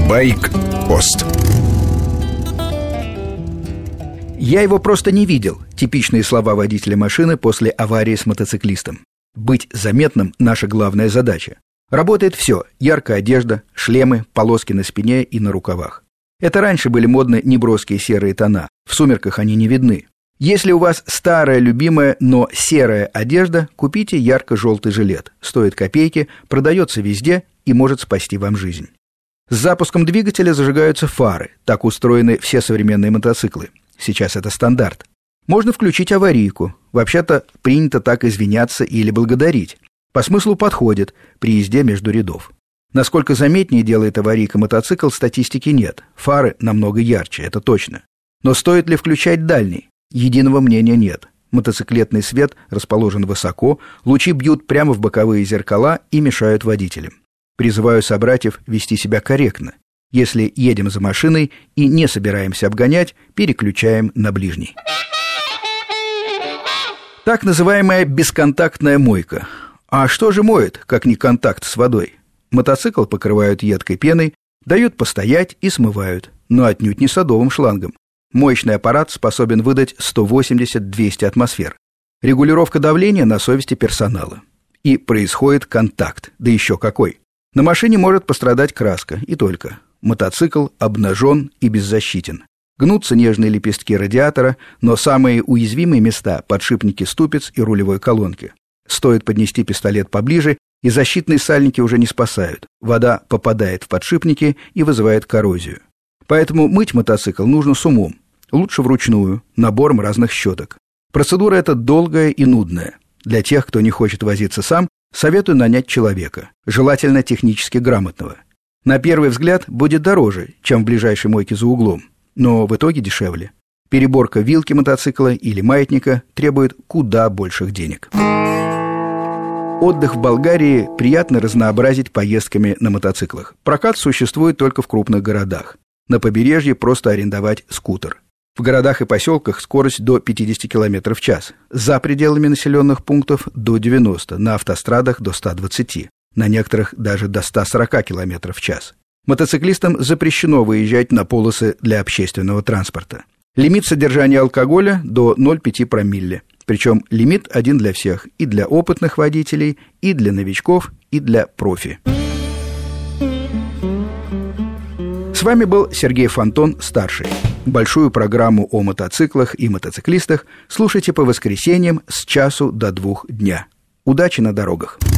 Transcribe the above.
Байк-пост. Я его просто не видел. Типичные слова водителя машины после аварии с мотоциклистом. Быть заметным – наша главная задача. Работает все – яркая одежда, шлемы, полоски на спине и на рукавах. Это раньше были модны неброские серые тона. В сумерках они не видны. Если у вас старая, любимая, но серая одежда, купите ярко-желтый жилет. Стоит копейки, продается везде и может спасти вам жизнь. С запуском двигателя зажигаются фары. Так устроены все современные мотоциклы. Сейчас это стандарт. Можно включить аварийку. Вообще-то принято так извиняться или благодарить. По смыслу подходит при езде между рядов. Насколько заметнее делает аварийка мотоцикл, статистики нет. Фары намного ярче, это точно. Но стоит ли включать дальний? Единого мнения нет. Мотоциклетный свет расположен высоко, лучи бьют прямо в боковые зеркала и мешают водителям. Призываю собратьев вести себя корректно. Если едем за машиной и не собираемся обгонять, переключаем на ближний. Так называемая бесконтактная мойка. А что же моет, как не контакт с водой? Мотоцикл покрывают едкой пеной, дают постоять и смывают, но отнюдь не садовым шлангом. Моечный аппарат способен выдать 180-200 атмосфер. Регулировка давления на совести персонала. И происходит контакт, да еще какой. На машине может пострадать краска, и только. Мотоцикл обнажен и беззащитен. Гнутся нежные лепестки радиатора, но самые уязвимые места – подшипники ступиц и рулевой колонки. Стоит поднести пистолет поближе, и защитные сальники уже не спасают. Вода попадает в подшипники и вызывает коррозию. Поэтому мыть мотоцикл нужно с умом. Лучше вручную, набором разных щеток. Процедура эта долгая и нудная. Для тех, кто не хочет возиться сам, советую нанять человека, желательно технически грамотного. На первый взгляд будет дороже, чем в ближайшей мойке за углом, но в итоге дешевле. Переборка вилки мотоцикла или маятника требует куда больших денег. Отдых в Болгарии приятно разнообразить поездками на мотоциклах. Прокат существует только в крупных городах. На побережье просто арендовать скутер. В городах и поселках скорость до 50 км в час. За пределами населенных пунктов до 90, на автострадах до 120. На некоторых даже до 140 км в час. Мотоциклистам запрещено выезжать на полосы для общественного транспорта. Лимит содержания алкоголя до 0,5 промилле. Причем лимит один для всех, и для опытных водителей, и для новичков, и для профи. С вами был Сергей Фонтон, старший. Большую программу о мотоциклах и мотоциклистах слушайте по воскресеньям с 1 до 2 дня. Удачи на дорогах!